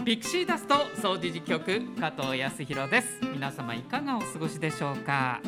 ピクシーダスト総持事局加藤康弘です。皆様いかがお過ごしでしょうか。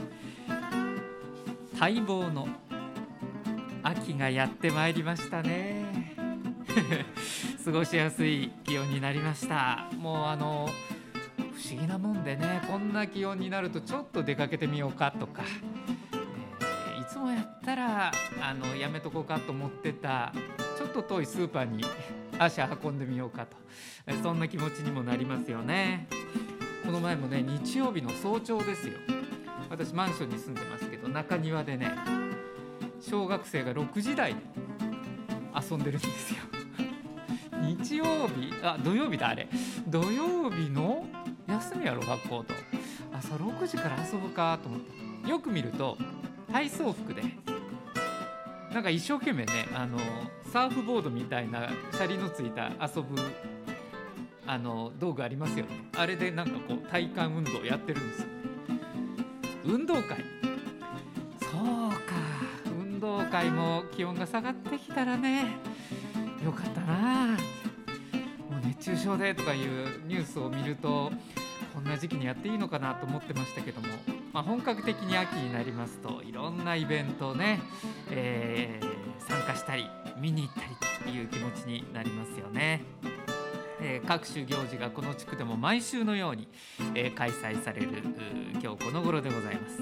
待望の秋がやってまいりましたね過ごしやすい気温になりました。もう不思議なもんでね、こんな気温になるとちょっと出かけてみようかとか、いつもやったらやめとこうかと思ってたちょっと遠いスーパーに足運んでみようかと、そんな気持ちにもなりますよね。この前もね、日曜日の早朝ですよ。私マンションに住んでますけど、中庭でね、小学生が6時台で遊んでるんですよ日曜日、土曜日だ、あれ土曜日の休みやろ、学校と。朝6時から遊ぶかと思って、よく見ると体操服でなんか一生懸命ね、サーフボードみたいなシャリのついた遊ぶ道具ありますよね。あれでなんかこう体幹運動やってるんですよ。運動会、そうか、運動会も気温が下がってきたらね、よかったな。もう熱中症でとかいうニュースを見ると、こんな時期にやっていいのかなと思ってましたけども、本格的に秋になりますと、いろんなイベントをね、参加したり見に行ったりという気持ちになりますよね。各種行事がこの地区でも毎週のように、開催される今日この頃でございます。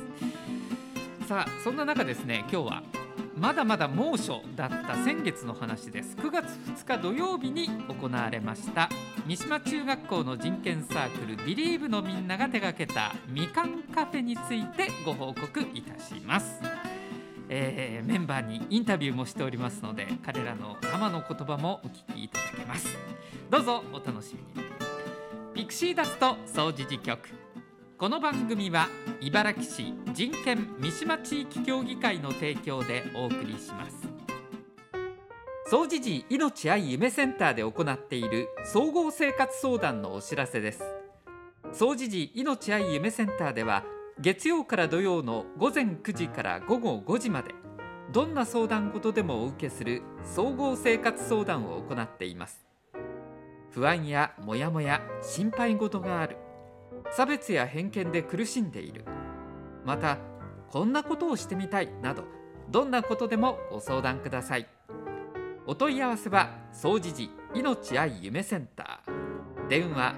さあ、そんな中ですね、今日はまだまだ猛暑だった先月の話です。9月2日土曜日に行われました三島中学校の人権サークルビリーブのみんなが手掛けたみかんカフェについてご報告いたします。メンバーにインタビューもしておりますので、彼らの生の言葉もお聞きいただけます。どうぞお楽しみに。ピクシーダスト総持事局、この番組は茨城市人権三島地域協議会の提供でお送りします。総持寺いのち愛夢センターで行っている総合生活相談のお知らせです。総持寺いのち愛夢センターでは、月曜から土曜の午前9時から午後5時まで、どんな相談事でもお受けする総合生活相談を行っています。不安やモヤモヤ、心配事がある、差別や偏見で苦しんでいる、またこんなことをしてみたいなど、どんなことでもご相談ください。お問い合わせは総持寺いのち愛夢センター、電話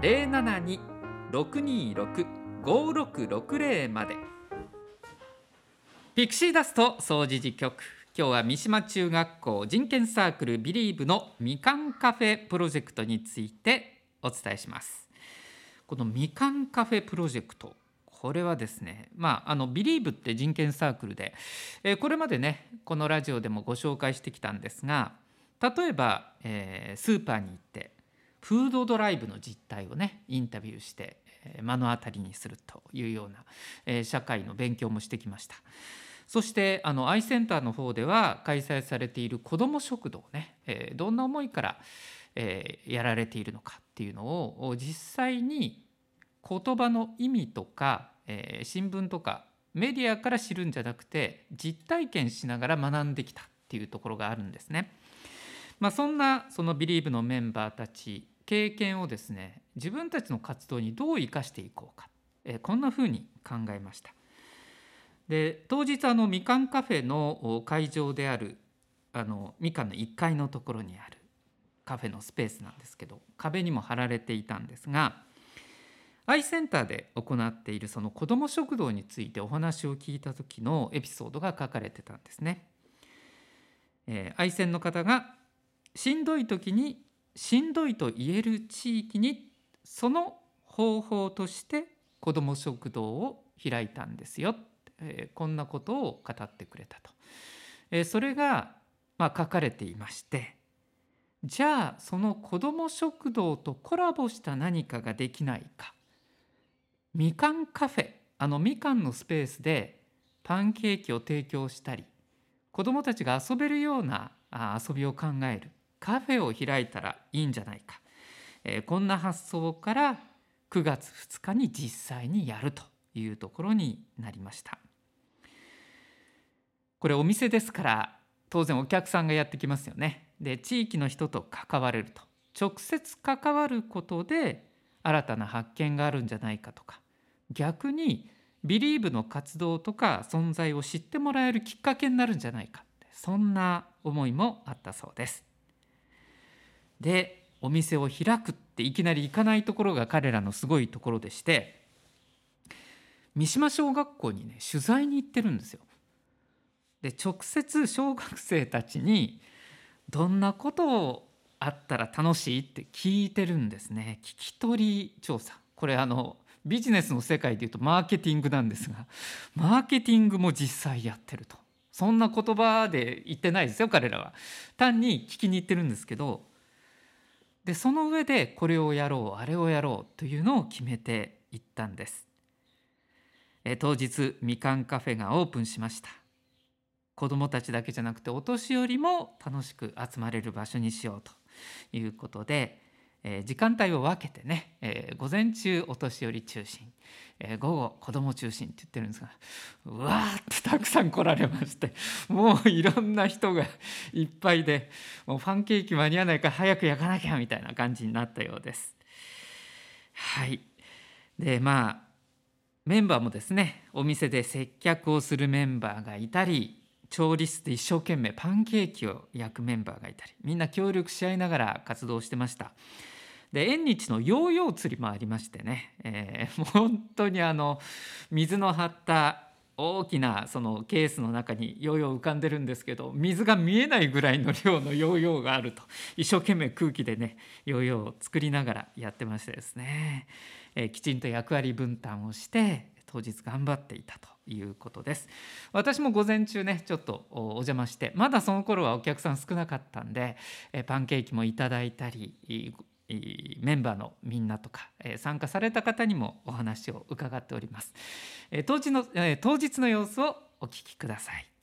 072-626-5660 まで。ピクシーダスト総持事局、今日は三島中学校人権サークルビリーブのみかんカフェプロジェクトについてお伝えします。このみかんカフェプロジェクト、これはですね、ビリーブって人権サークルで、これまでね、このラジオでもご紹介してきたんですが、例えば、スーパーに行ってフードドライブの実態をね、インタビューして目の当たりにするというような、社会の勉強もしてきました。そしてアイセンターの方では開催されている子ども食堂をね、どんな思いから、やられているのかっていうのを実際に言葉の意味とか、新聞とかメディアから知るんじゃなくて、実体験しながら学んできたっていうところがあるんですね。そんなそのビリーブのメンバーたち、経験をですね、自分たちの活動にどう生かしていこうか、こんなふうに考えました。で、当日みかんカフェの会場であるみかんの1階のところにあるカフェのスペースなんですけど、壁にも貼られていたんですが、アイセンターで行っているその子ども食堂についてお話を聞いた時のエピソードが書かれてたんですね。アイセンの方が、しんどい時にしんどいと言える地域に、その方法として子ども食堂を開いたんですよ、こんなことを語ってくれたと。それが書かれていまして、じゃあその子ども食堂とコラボした何かができないか。みかんカフェ、みかんのスペースでパンケーキを提供したり、子どもたちが遊べるような遊びを考えるカフェを開いたらいいんじゃないか、こんな発想から9月2日に実際にやるというところになりました。これお店ですから、当然お客さんがやってきますよね。で、地域の人と関われると直接関わることで新たな発見があるんじゃないかとか、逆にビリーブの活動とか存在を知ってもらえるきっかけになるんじゃないか、そんな思いもあったそうです。で、お店を開くっていきなり行かないところが彼らのすごいところでして、三島小学校にね取材に行ってるんですよ。で、直接小学生たちにどんなことをあったら楽しいって聞いてるんですね。聞き取り調査、これビジネスの世界でいうとマーケティングなんですが、マーケティングも実際やってると。そんな言葉で言ってないですよ、彼らは。単に聞きに行ってるんですけど、でその上でこれをやろうあれをやろうというのを決めていったんです。当日みかんカフェがオープンしました。子どもたちだけじゃなくてお年寄りも楽しく集まれる場所にしようということで、時間帯を分けてね、午前中お年寄り中心、午後子ども中心って言ってるんですが、うわーってたくさん来られまして、もういろんな人がいっぱいで、もうパンケーキ間に合わないから早く焼かなきゃみたいな感じになったようです。はい。でメンバーもですね、お店で接客をするメンバーがいたり、調理室で一生懸命パンケーキを焼くメンバーがいたり、みんな協力し合いながら活動してました。で、縁日のヨーヨー釣りもありましてね、もう本当に水の張った大きなそのケースの中にヨーヨー浮かんでるんですけど、水が見えないぐらいの量のヨーヨーがあると、一生懸命空気でねヨーヨーを作りながらやってましてですね、きちんと役割分担をして当日頑張っていたということです。私も午前中ねちょっとお邪魔して、まだその頃はお客さん少なかったんで、パンケーキもいただいたり、メンバーのみんなとか、参加された方にもお話を伺っております。当日の様子をお聞きください。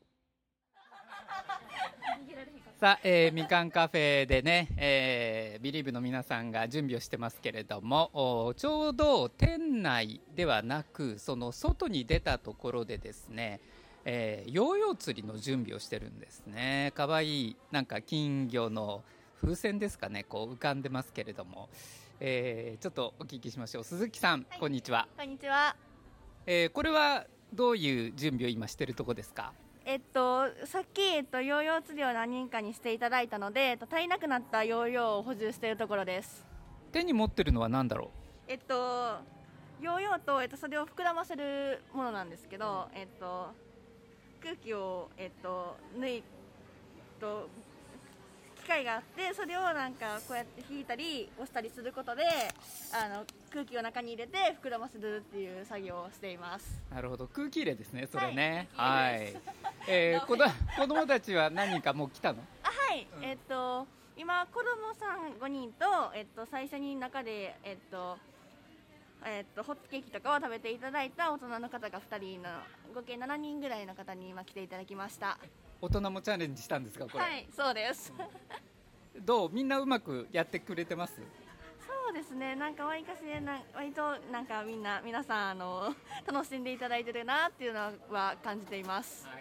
さあ、みかんカフェでね、ビリーブの皆さんが準備をしてますけれども、ちょうど店内ではなくその外に出たところでですね、ヨーヨー釣りの準備をしてるんですね。かわいいなんか金魚の風船ですかね、こう浮かんでますけれども、ちょっとお聞きしましょう。鈴木さん、はい、こんにちは。 こんにちは。 これはどういう準備を今してるとこですか？ さっき、ヨーヨー釣りを何人かにしていただいたので、足りなくなったヨーヨーを補充しているところです。 手に持ってるのは何だろう？ ヨーヨーと、それを膨らませるものなんですけど、空気を、抜いと機械があって、それをなんかこうやって引いたり押したりすることで空気を中に入れて膨らませるっていう作業をしています。 なるほど、空気入れですね、それね。 はい、 子供たちは何人かもう来たの？ はい、今子供さん5人と、最初に中でホットケーキとかを食べていただいた大人の方が2人の合計7人ぐらいの方に今来ていただきました。 大人もチャレンジしたんですか、これ？ はい、そうですどう、みんなうまくやってくれてます？ そうですね、なんか割となんか皆さん楽しんでいただいてるなっていうのは感じています。 はい。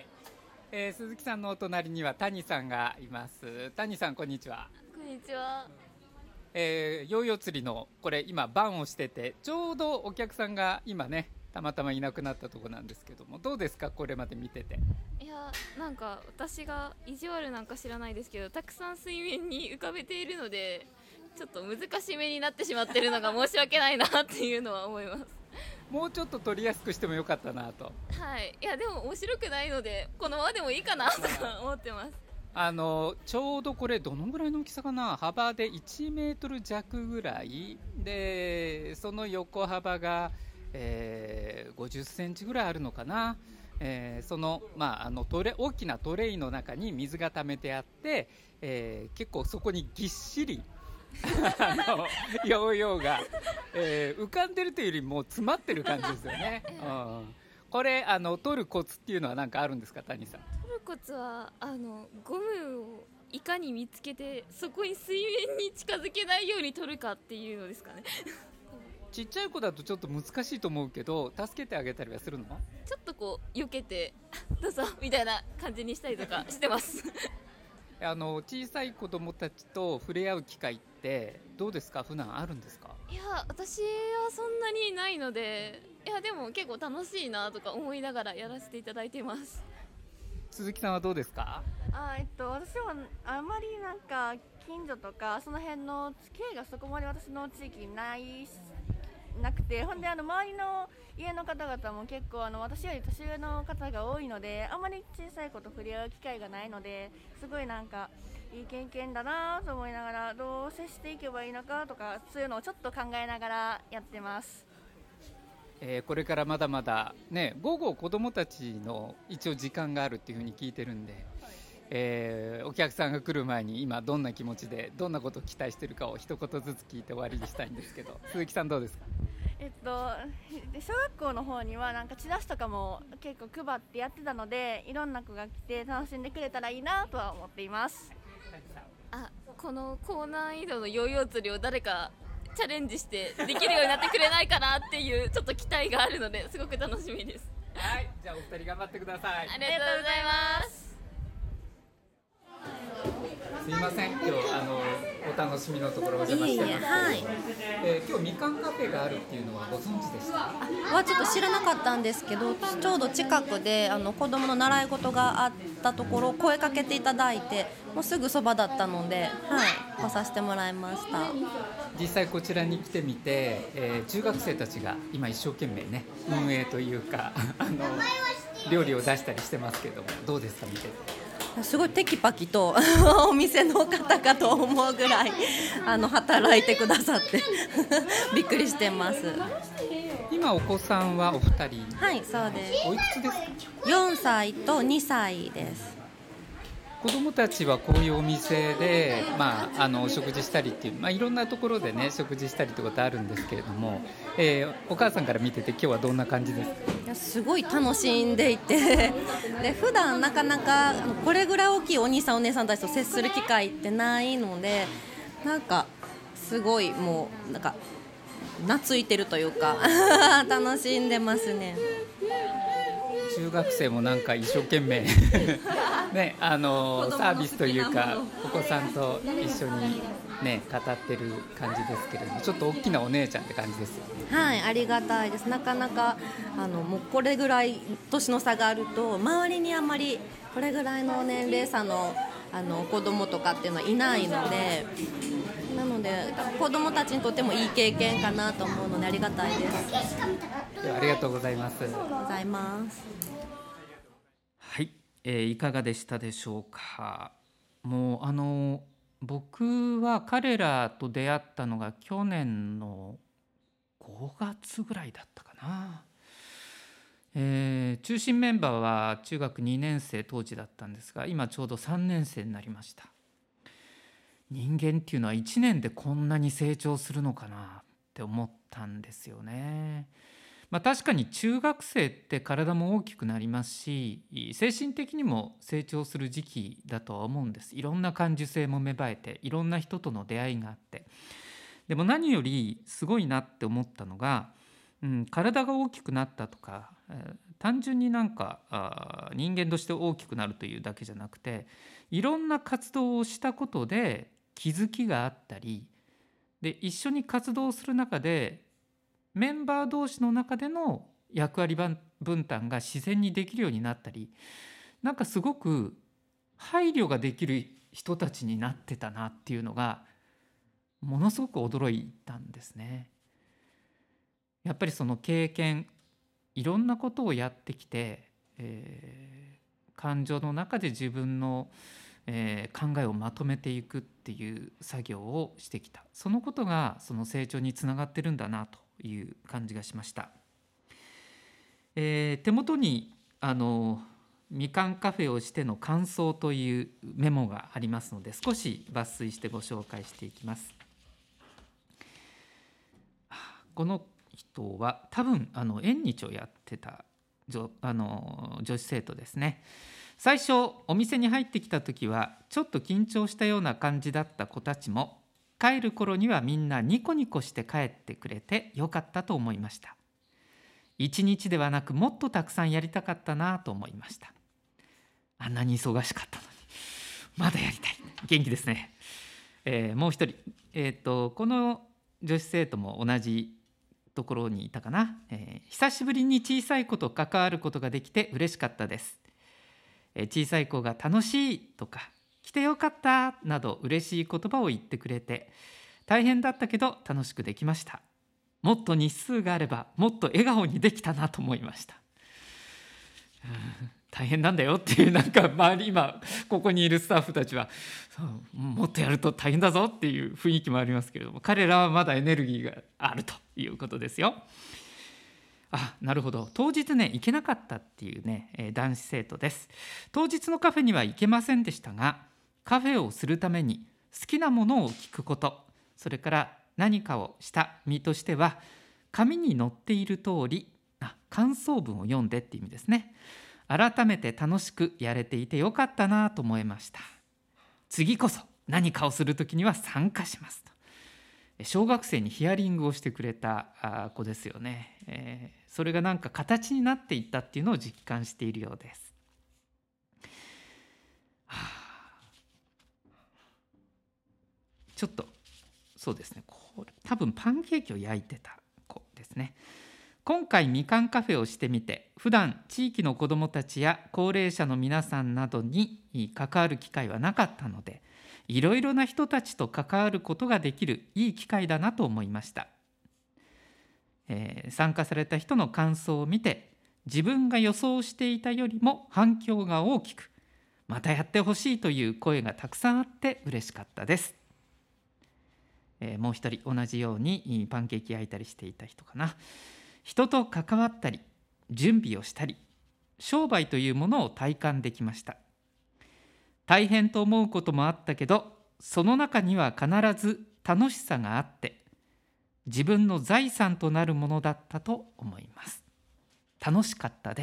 鈴木さんのお隣には谷さんがいます。谷さん、こんにちは。 こんにちは。 ヨーヨー釣りのこれ今バンをしてて、ちょうどお客さんが今ねたまたまいなくなったところなんですけども、どうですか、これまで見てて？ いや、なんか私が意地悪なんか知らないですけど、たくさん水面に浮かべているのでちょっと難しめになってしまっているのが申し訳ないなっていうのは思います。 もうちょっと取りやすくしてもよかったなと。 はい、いやでも面白くないのでこのままでもいいかなとか思ってます。 ちょうどこれどのぐらいの大きさかな、幅で1メートル弱ぐらいで、その横幅が、50センチぐらいあるのかな。その、大きなトレイの中に水が溜めてあって、結構そこにぎっしりヨーヨーが、浮かんでるというよりも詰まってる感じですよね、うん、これ取るコツっていうのは何かあるんですか、谷さん？ 取るコツはゴムをいかに見つけてそこに水面に近づけないように取るかっていうのですかねちっちゃい子だとちょっと難しいと思うけど、助けてあげたりはするの？ ちょっとこう避けてどうぞみたいな感じにしたりとかしてます小さい子どもたちと触れ合う機会ってどうですか？普段あるんですか？ いや私はそんなにないので、いやでも結構楽しいなとか思いながらやらせていただいてます。 鈴木さんはどうですか？ 私はあまりなんか近所とかその辺の付き合いがそこまで私の地域になくて、ほんで周りの家の方々も結構私より年上の方が多いので、あまり小さい子と触れ合う機会がないので、すごいなんかいい経験だなと思いながら、どう接していけばいいのかとか、そういうのをちょっと考えながらやってます。 これからまだまだ、ね、午後子どもたちの一応時間があるっていうふうに聞いてるんで、お客さんが来る前に今どんな気持ちでどんなことを期待しているかを一言ずつ聞いて終わりにしたいんですけど、鈴木さんどうですか？ 小学校の方にはなんかチラシとかも結構配ってやってたので、いろんな子が来て楽しんでくれたらいいなとは思っています。 この高難易度のヨーヨー釣りを誰かチャレンジしてできるようになってくれないかなっていうちょっと期待があるので、すごく楽しみです。 はい、じゃあお二人頑張ってください。 ありがとうございます。 すいません、今日お楽しみのところお邪魔してますけど、 はい、 今日みかんカフェがあるっていうのはご存知でした？ はちょっと知らなかったんですけど、ちょうど近くで子供の習い事があったところ声かけていただいて、もうすぐそばだったので、来させてもらいました。 実際こちらに来てみて、中学生たちが今一生懸命ね運営というか料理を出したりしてますけども、どうですか見てて？ すごいテキパキとお店の方かと思うぐらい働いてくださってびっくりしてます。 今お子さんはお二人？ はい、そうです。 おいくつですか ？4歳と2歳です。 子どもたちはこういうお店で、お食事したりっていう、いろんなところでね食事したりってことあるんですけれども、お母さんから見てて今日はどんな感じですか？ いやすごい楽しんでいてで普段なかなかこれぐらい大きいお兄さんお姉さんたちと接する機会ってないので、なんかすごいもうなんか懐いてるというか楽しんでますね。 中学生もなんか一生懸命ね、サービスというかお子さんと一緒にね語ってる感じですけれども、ちょっと大きなお姉ちゃんって感じですよね。 はい、ありがたいです。なかなかもうこれぐらい年の差があると周りにあんまりこれぐらいの年齢差の子供とかっていうのはいないので、なので子供たちにとってもいい経験かなと思うのでありがたいです。 ありがとうございます。 ありがとうございます。 はい、いかがでしたでしょうか。もう僕は彼らと出会ったのが去年の5月ぐらいだったかな。中心メンバーは中学2年生当時だったんですが、今ちょうど3年生になりました。人間っていうのは1年でこんなに成長するのかなって思ったんですよね。確かに中学生って体も大きくなりますし、精神的にも成長する時期だとは思うんです。いろんな感受性も芽生えて、いろんな人との出会いがあって、でも何よりすごいなって思ったのが、体が大きくなったとか、単純になんか人間として大きくなるというだけじゃなくて、いろんな活動をしたことで気づきがあったりで、一緒に活動する中でメンバー同士の中での役割分担が自然にできるようになったり、なんかすごく配慮ができる人たちになってたなっていうのがものすごく驚いたんですね。やっぱりその経験、いろんなことをやってきて、感情の中で自分の、考えをまとめていくっていう作業をしてきた。そのことがその成長につながってるんだなという感じがしました。手元にみかんカフェをしての感想というメモがありますので、少し抜粋してご紹介していきます。この人は多分縁日をやってた女子生徒ですね。最初お店に入ってきた時はちょっと緊張したような感じだった子たちも、帰る頃にはみんなニコニコして帰ってくれてよかったと思いました。一日ではなくもっとたくさんやりたかったなと思いました。あんなに忙しかったまだやりたい、元気ですね。もう一人、この女子生徒も同じところにいたかな。久しぶりに小さい子と関わることができて嬉しかったです。小さい子が楽しいとか来てよかったなど嬉しい言葉を言ってくれて、大変だったけど楽しくできました。もっと日数があればもっと笑顔にできたなと思いました。大変なんだよっていう、なんか周り今ここにいるスタッフたちはもっとやると大変だぞっていう雰囲気もありますけれども、彼らはまだエネルギーがあるということですよ。なるほど。当日ね行けなかったっていうね、男子生徒です。当日のカフェには行けませんでしたが、カフェをするために好きなものを聞くこと、それから何かをした身としては、紙に載っている通り感想文を読んでっていう意味ですね。改めて楽しくやれていてよかったなと思いました。次こそ何かをするときには参加しますと。小学生にヒアリングをしてくれた子ですよね。それがなんか形になっていったっていうのを実感しているようです。ちょっとそうですね、これ多分パンケーキを焼いてた子ですね。今回みかんカフェをしてみて、普段地域の子どもたちや高齢者の皆さんなどに関わる機会はなかったので、いろいろな人たちと関わることができるいい機会だなと思いました。参加された人の感想を見て、自分が予想していたよりも反響が大きく、またやってほしいという声がたくさんあって嬉しかったです。もう一人同じようにパンケーキ焼いたりしていた人かな。人と関わったり準備をしたり、商売というものを体感できました。大変と思うこともあったけど、その中には必ず楽しさがあって、自分の財産となるものだったと思います。楽しかったです。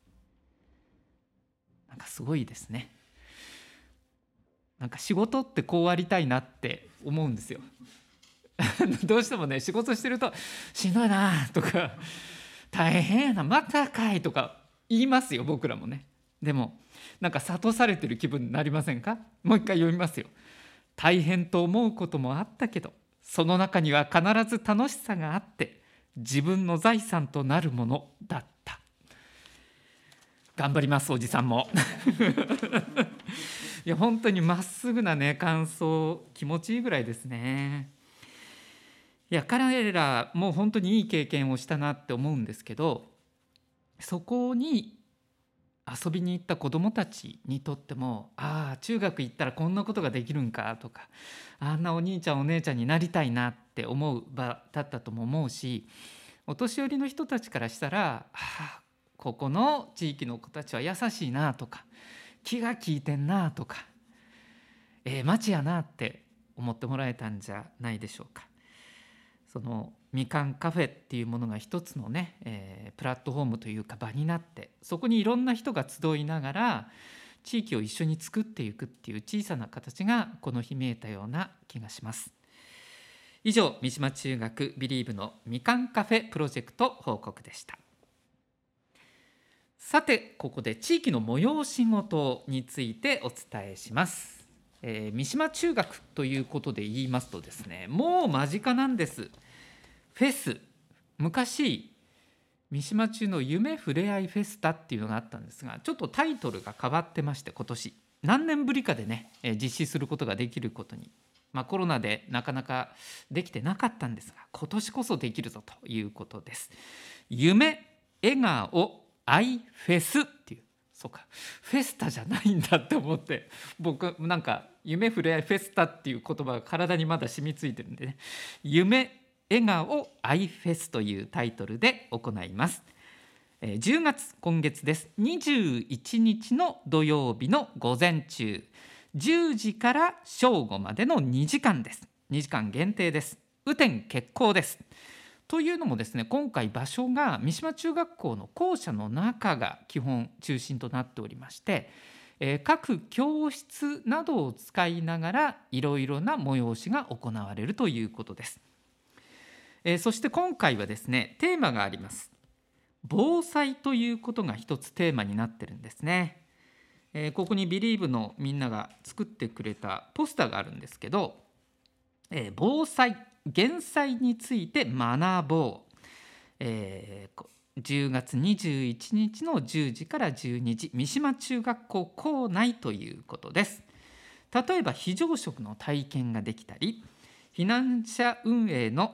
なんかすごいですね。なんか仕事ってこうありたいなって思うんですよ。どうしてもね、仕事してるとしんどいなとか大変やなまたかいとか言いますよ、僕らもね。でもなんか諭されてる気分になりませんか？もう一回読みますよ。大変と思うこともあったけど、その中には必ず楽しさがあって、自分の財産となるものだった。頑張ります、おじさんも。いや本当にまっすぐなね感想、気持ちいいぐらいですね。いや彼らも本当にいい経験をしたなって思うんですけど、そこに遊びに行った子どもたちにとっても、中学行ったらこんなことができるんかとか、あんなお兄ちゃんお姉ちゃんになりたいなって思う場だったとも思うし、お年寄りの人たちからしたら、ここの地域の子たちは優しいなとか、気が利いてんなとか、町やなって思ってもらえたんじゃないでしょうか。そのみかんカフェっていうものが一つのね、プラットフォームというか場になって、そこにいろんな人が集いながら地域を一緒に作っていくっていう小さな形がこの日見えたような気がします。以上、三島中学ビリーブのみかんカフェプロジェクト報告でした。さて、ここで地域の催し事についてお伝えします。三島中学ということで言いますとですね、もう間近なんです。フェス、昔三島中の夢ふれあいフェスタっていうのがあったんですが、ちょっとタイトルが変わってまして、今年何年ぶりかでね、実施することができることに、コロナでなかなかできてなかったんですが、今年こそできるぞということです。夢笑顔アイフェスっていう、そうかフェスタじゃないんだって思って、僕なんか夢ふれあいフェスタっていう言葉が体にまだ染みついてるんでね、夢笑顔アイフェスというタイトルで行います。10月、今月です。21日の土曜日の午前中10時から正午までの2時間です。2時間限定です。雨天決行です。というのもですね、今回場所が三島中学校の校舎の中が基本中心となっておりまして、各教室などを使いながらいろいろな催しが行われるということです。そして今回はですね、テーマがあります。防災ということが一つテーマになってるんですね。 ここにビリーブのみんなが作ってくれたポスターがあるんですけど、防災減災について学ぼう、10月21日の10時から12時三島中学校校内ということです。例えば非常食の体験ができたり、避難所運営の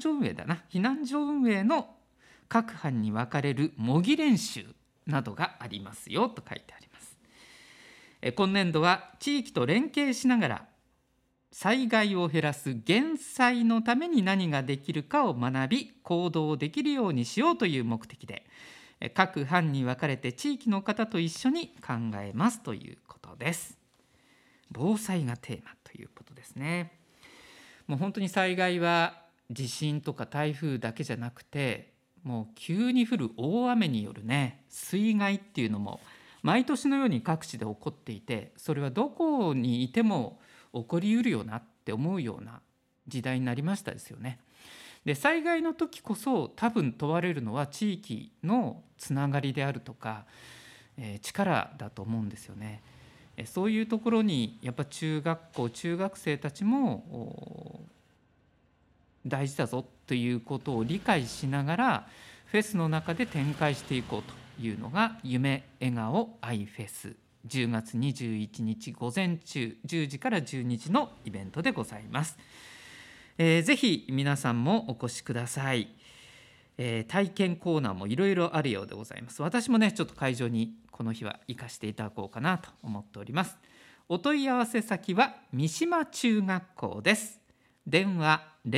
各班に分かれる模擬練習などがありますよと書いてあります。今年度は地域と連携しながら災害を減らす減災のために何ができるかを学び行動できるようにしようという目的で、各班に分かれて地域の方と一緒に考えますということです。防災がテーマということですね。もう本当に災害は地震とか台風だけじゃなくて、もう急に降る大雨によるね、水害っていうのも毎年のように各地で起こっていて、それはどこにいても起こりうるよなって思うような時代になりましたですよね。で、災害の時こそ多分問われるのは地域のつながりであるとか、力だと思うんですよね。そういうところにやっぱ中学生たちも大事だぞということを理解しながらフェスの中で展開していこうというのが夢笑顔愛フェス、10月21日午前中10時から12時のイベントでございます。ぜひ皆さんもお越しください。体験コーナーもいろいろあるようでございます。私もねちょっと会場にこの日は行かせていただこうかなと思っております。お問い合わせ先は三島中学校です。電話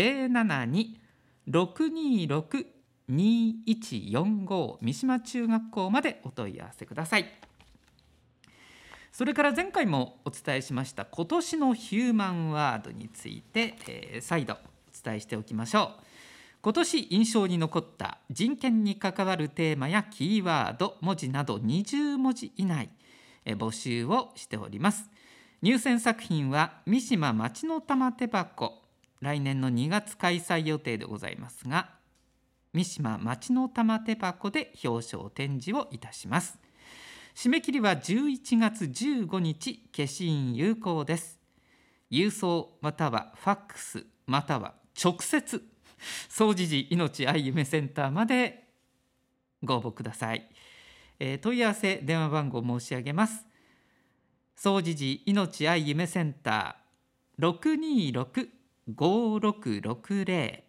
072-626-2145 三島中学校までお問い合わせください。それから前回もお伝えしました今年のヒューマンワードについて、再度お伝えしておきましょう。今年印象に残った人権に関わるテーマやキーワード、文字など20文字以内、募集をしております。入選作品は三島町の玉手箱、来年の2月開催予定でございますが、三島町の玉手箱で表彰展示をいたします。締め切りは11月15日、消印有効です。郵送またはファックスまたは直接総持寺いのち愛夢センターまでご応募ください。問い合わせ電話番号申し上げます。総持寺いのち愛夢センター 626-5660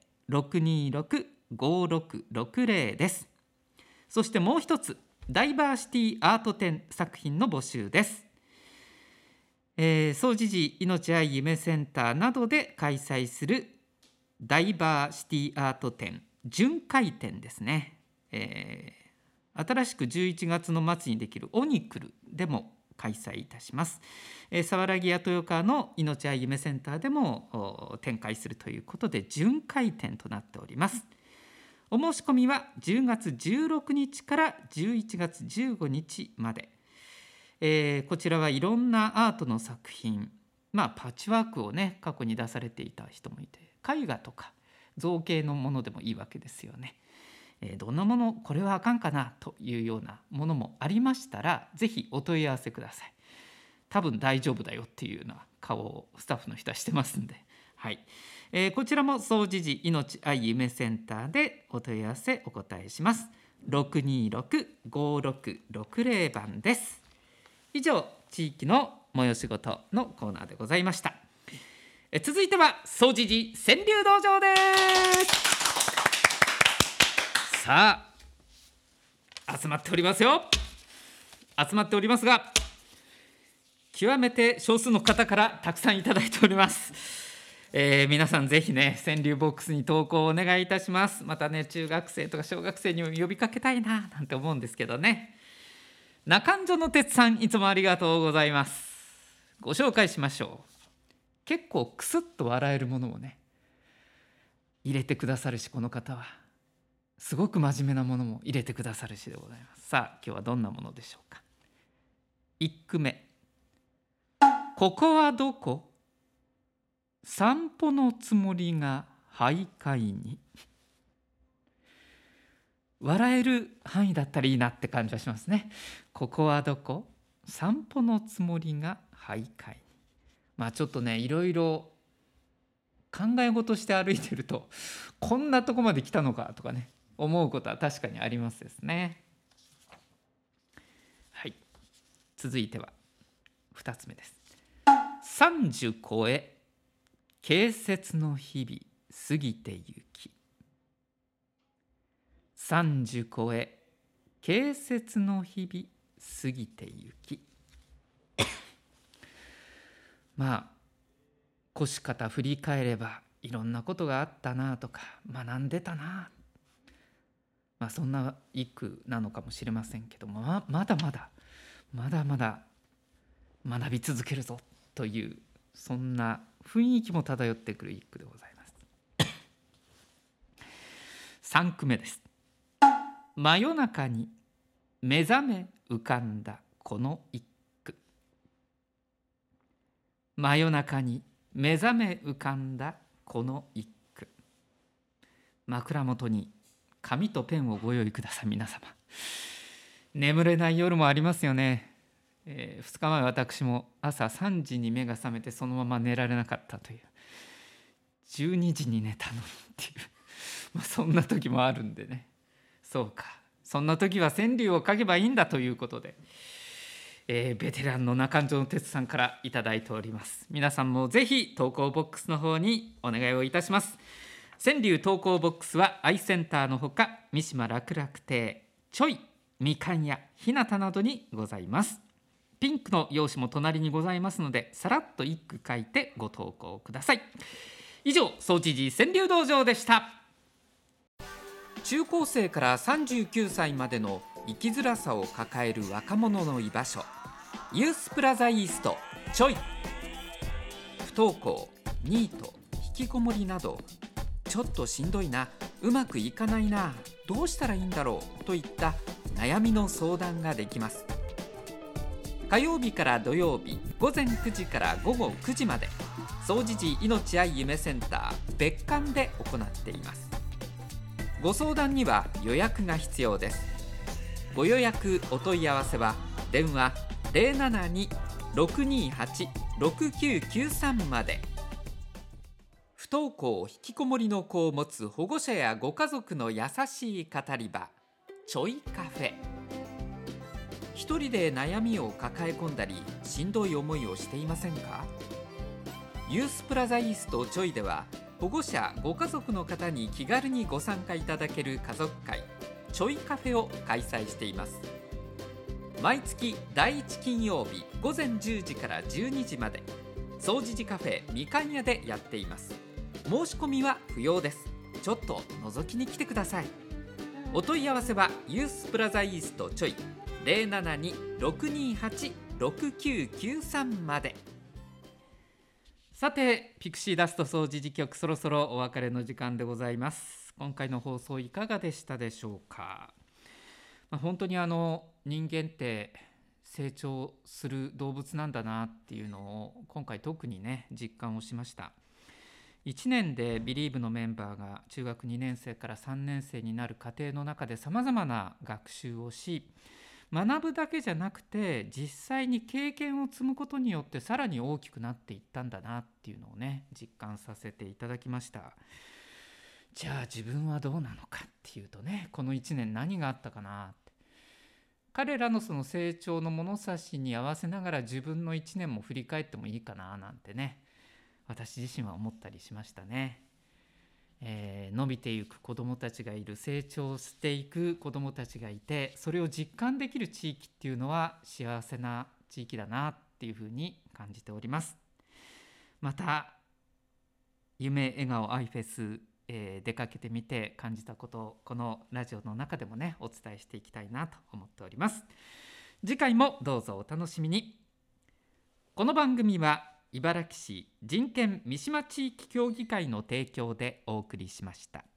626-5660 です。そしてもう一つ、ダイバーシティアート展作品の募集です。総持寺いのち愛夢センターなどで開催するダイバーシティアート展、巡回展ですね。新しく11月の末にできるオニクルでも開催いたします。佐原木や豊川のいのち愛夢センターでも展開するということで巡回展となっております。お申し込みは10月16日から11月15日まで。こちらはいろんなアートの作品、パッチワークをね過去に出されていた人もいて、絵画とか造形のものでもいいわけですよね。どんなものこれはあかんかなというようなものもありましたら、ぜひお問い合わせください。多分大丈夫だよっていうような顔をスタッフの人はしてますんで、はい。こちらも総持寺いのち愛夢センターでお問い合わせお答えします。 626-5660 番です。以上、地域の催し事のコーナーでございました。続いては総持寺川柳道場です。さあ集まっておりますよ。集まっておりますが、極めて少数の方からたくさんいただいております。皆さんぜひね川柳ボックスに投稿をお願いいたします。またね中学生とか小学生にも呼びかけたいななんて思うんですけどね。中んじょの鉄さん、いつもありがとうございます。ご紹介しましょう。結構クスッと笑えるものをね入れてくださるし、この方はすごく真面目なものも入れてくださるしでございます。さあ今日はどんなものでしょうか。1句目、ここはどこ？散歩のつもりが徘徊に。笑える範囲だったらいいなって感じはしますね。ここはどこ？ 散歩のつもりが徘徊。ちょっとね、いろいろ考え事して歩いてると、こんなとこまで来たのかとかね、思うことは確かにありますですね。はい、続いては2つ目です。30超え、慶節の日々過ぎてゆき。30超え、慶節の日々過ぎてゆき。腰肩振り返ればいろんなことがあったなとか、学んでたな、そんな一句なのかもしれませんけども、まだまだ学び続けるぞという、そんな雰囲気も漂ってくる一句でございます。3句目です。真夜中に目覚め浮かんだこの一句。真夜中に目覚め浮かんだこの一句。枕元に紙とペンをご用意ください。皆様、眠れない夜もありますよね。2日前、私も朝3時に目が覚めてそのまま寝られなかったという、12時に寝たのにっていうそんな時もあるんでね。そうか、そんな時は川柳を書けばいいんだということで、ベテランの中条哲さんからいただいております。皆さんもぜひ投稿ボックスの方にお願いをいたします。川柳投稿ボックスはアイセンターのほか、三島楽々亭、ちょい、みかん屋、ひなたなどにございます。ピンクの用紙も隣にございますので、さらっと一句書いてご投稿ください。以上、総知事川柳道場でした。中高生から39歳までの生きづらさを抱える若者の居場所、ユースプラザイーストちょい。不登校、ニート、引きこもりなど、ちょっとしんどいな、うまくいかないな、どうしたらいいんだろうといった悩みの相談ができます。火曜日から土曜日午前9時から午後9時まで、総持寺いのち愛夢センター別館で行っています。ご相談には予約が必要です。ご予約お問い合わせは電話 072-628-6993 まで。不登校引きこもりの子を持つ保護者やご家族の優しい語り場、ちょいカフェ。一人で悩みを抱え込んだりしんどい思いをしていませんか？ユースプラザイーストちょいでは、保護者ご家族の方に気軽にご参加いただける家族会、ちょいカフェを開催しています。毎月第1金曜日午前10時から12時まで、総持寺カフェみかん屋でやっています。申し込みは不要です。ちょっと覗きに来てください。お問い合わせはユースプラザイーストちょい 072-628-6993 まで。さて、ピクシーダスト総持寺局、そろそろお別れの時間でございます。今回の放送いかがでしたでしょうか。本当に人間って成長する動物なんだなっていうのを今回特にね実感をしました。1年でビリーブのメンバーが中学2年生から3年生になる過程の中でさまざまな学習をし、学ぶだけじゃなくて実際に経験を積むことによってさらに大きくなっていったんだなっていうのをね実感させていただきました。じゃあ自分はどうなのかっていうとね、この1年何があったかなって、彼らのその成長の物差しに合わせながら自分の1年も振り返ってもいいかななんてね、私自身は思ったりしましたね。伸びていく子どもたちがいる、成長していく子どもたちがいて、それを実感できる地域っていうのは幸せな地域だなっていうふうに感じております。また夢笑顔アイフェス、出かけてみて感じたことをこのラジオの中でもねお伝えしていきたいなと思っております。次回もどうぞお楽しみに。この番組は茨城市人権三島地域協議会の提供でお送りしました。